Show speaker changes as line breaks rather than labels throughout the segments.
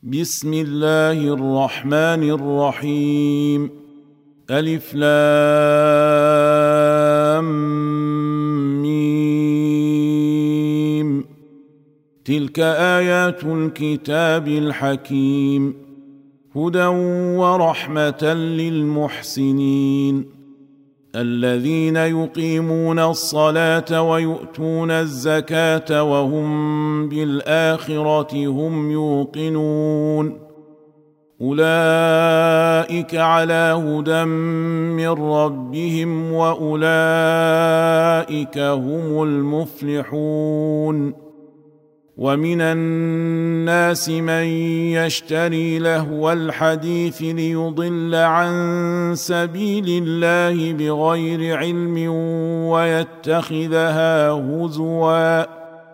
بسم الله الرحمن الرحيم. ألف لام ميم. تلك آيات الكتاب الحكيم، هدى ورحمة للمحسنين الذين يقيمون الصلاة ويؤتون الزكاة وهم بالآخرة هم يوقنون. أولئك على هدى من ربهم وأولئك هم المفلحون. ومن الناس من يشتري لهو الحديث ليضل عن سبيل الله بغير علم ويتخذها هزوا،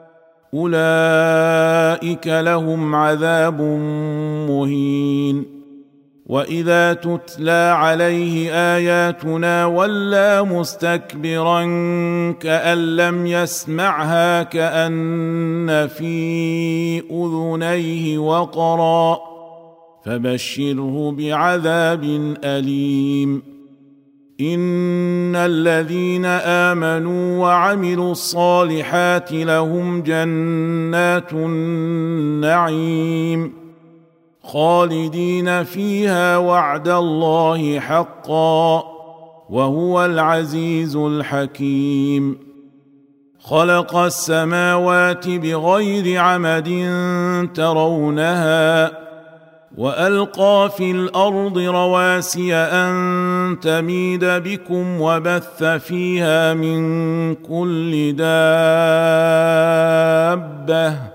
أولئك لهم عذاب مهين. وإذا تتلى عليه آياتنا ولى مستكبرا كأن لم يسمعها كأن في أذنيه وقرا، فبشره بعذاب أليم. إن الذين آمنوا وعملوا الصالحات لهم جنات النعيم خالدين فيها وعد الله حقا، وهو العزيز الحكيم. خلق السماوات بغير عمد ترونها، وألقى في الأرض رواسي أن تميد بكم وبث فيها من كل دابة،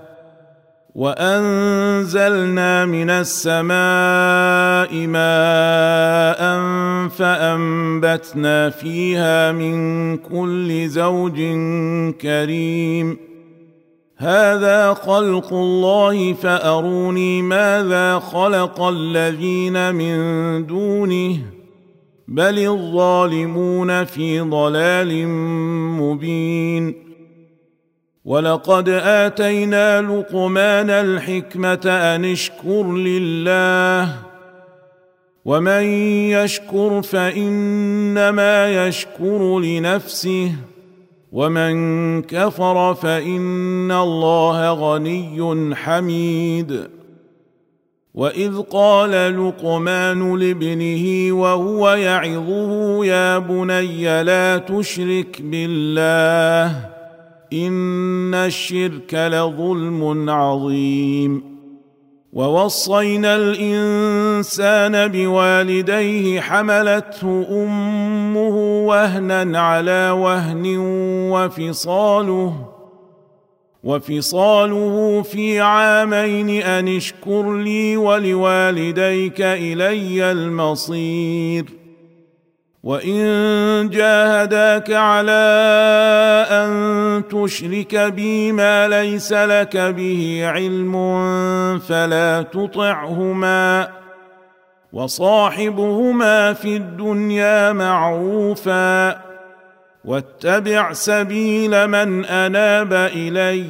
وأنزلنا من السماء ماء فأنبتنا فيها من كل زوج كريم. هذا خلق الله فأروني ماذا خلق الذين من دونه، بل الظالمون في ضلال مبين. ولقد آتينا لقمان الحكمة أن اشكر لله، ومن يشكر فإنما يشكر لنفسه، ومن كفر فإن الله غني حميد. وإذ قال لقمان لابنه وهو يعظه يا بني لا تشرك بالله إن الشرك لظلم عظيم. ووصينا الإنسان بوالديه حملته أمه وهنا على وهن وفصاله في عامين أن اشكر لي ولوالديك إلي المصير. وإن جاهداك على أن تشرك بي ما ليس لك به علم فلا تطعهما، وصاحبهما في الدنيا معروفا، واتبع سبيل من أناب إلي،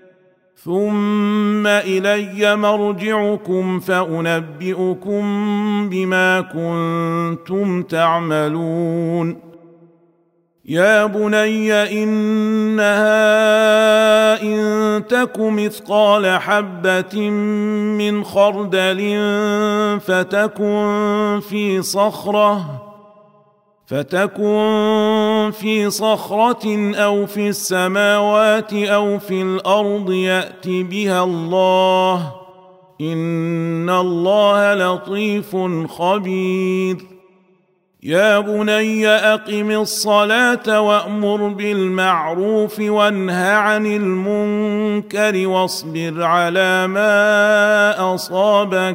ثم إلي مرجعكم فأنبئكم بما كنتم تعملون. يا بني إنها إن تك مثقال حبة من خردل فتكن في صخرة أو في السماوات أو في الأرض يأت بها الله، إن الله لطيف خبير. يا بني أقم الصلاة وأمر بالمعروف وانه عن المنكر واصبر على ما أصابك،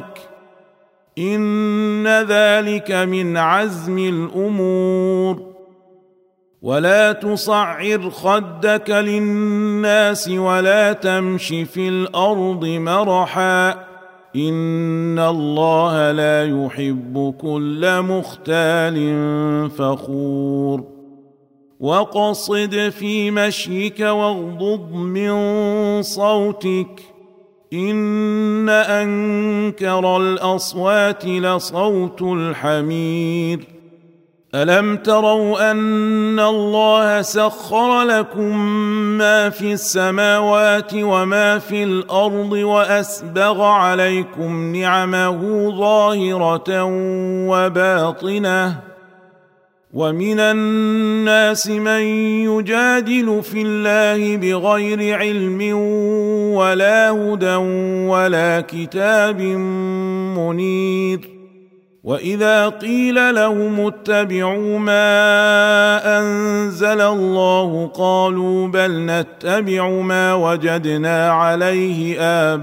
إن ذلك من عزم الأمور. ولا تصعر خدك للناس ولا تمش في الأرض مرحا، إن الله لا يحب كل مختال فخور. واقصد في مشيك واغضض من صوتك إن أنكر الأصوات لصوت الحمير ألم تروا أن الله سخر لكم ما في السماوات وما في الأرض وأسبغ عليكم نعمه ظاهرة وباطنة ومن الناس من يجادل في الله بغير علم ولا هدى ولا كتاب منير وإذا قيل لهم اتبعوا ما أنزل الله قالوا بل نتبع ما وجدنا عليه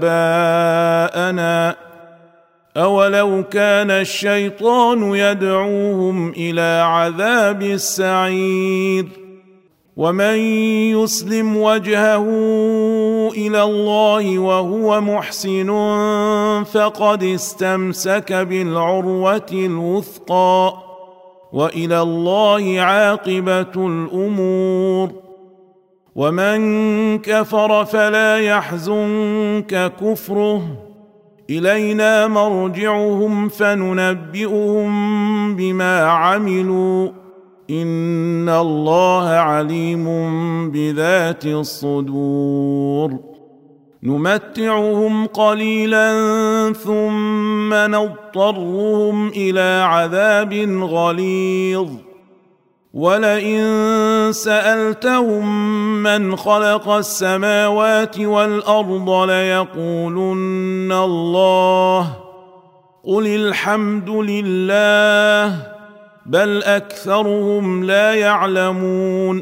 آباءنا أولو كان الشيطان يدعوهم إلى عذاب السعير ومن يسلم وجهه إلى الله وهو محسن فقد استمسك بالعروة الوثقى وإلى الله عاقبة الأمور ومن كفر فلا يحزنك كفره إلينا مرجعهم فننبئهم بما عملوا إن الله عليم بذات الصدور نمتعهم قليلا ثم نضطرهم إلى عذاب غليظ ولئن سألتهم من خلق السماوات والأرض ليقولن الله قل الحمد لله بل أكثرهم لا يعلمون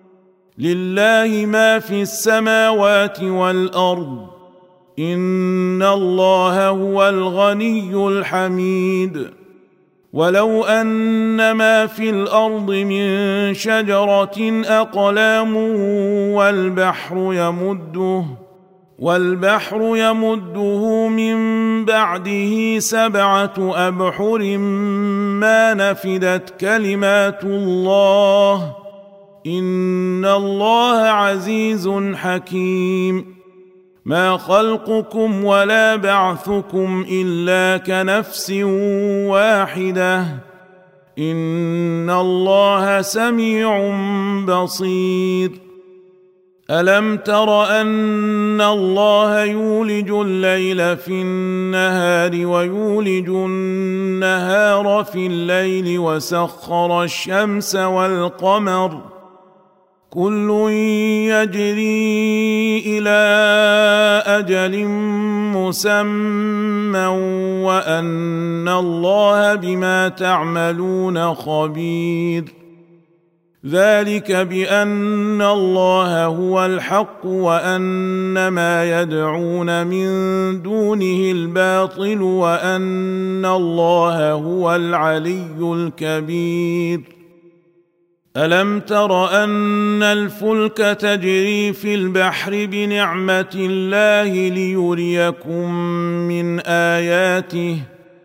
لله ما في السماوات والأرض إن الله هو الغني الحميد ولو أن ما في الأرض من شجرة أقلام والبحر يمده من بعده 7 أبحر ما نفدت كلمات الله إن الله عزيز حكيم ما خلقكم ولا بعثكم إلا كنفس واحدة إن الله سميع بصير ألم تر أن الله يولج الليل في النهار ويولج النهار في الليل وسخر الشمس والقمر كل يجري إلى أجل مسمى وأن الله بما تعملون خبير ذلك بأن الله هو الحق وأن ما يدعون من دونه الباطل وأن الله هو العلي الكبير ألم تر أن الفلك تجري في البحر بنعمة الله ليريكم من آياته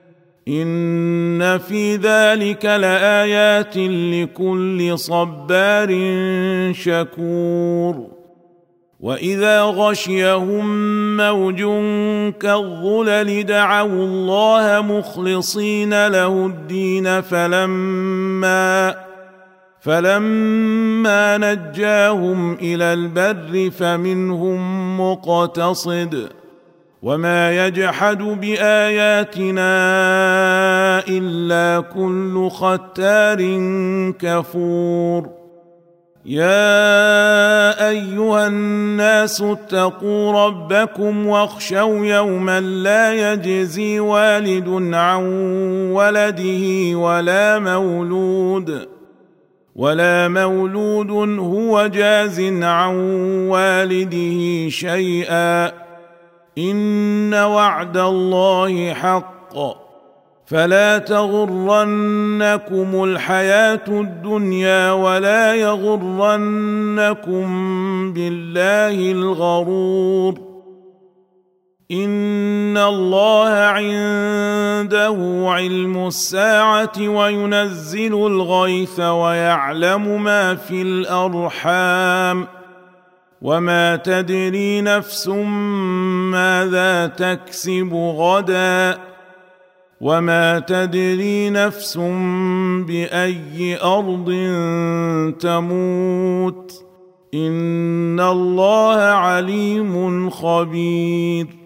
إن في ذلك لآيات لكل صبار شكور وإذا غشيهم موج كالظلل دعوا الله مخلصين له الدين فلما نجاهم إلى البر فمنهم مقتصد وما يجحد بآياتنا إلا كل ختار كفور يا أيها الناس اتقوا ربكم واخشوا يوما لا يجزي والد عن ولده ولا مولود هو جاز عن والده شيئا إن وعد الله حق فلا تغرنكم الحياة الدنيا ولا يغرنكم بالله الغرور إن الله عنده علم الساعة وينزل الغيث ويعلم ما في الأرحام وما تدري نفس ماذا تكسب غدا وما تدري نفس باي ارض تموت ان الله عليم خبير.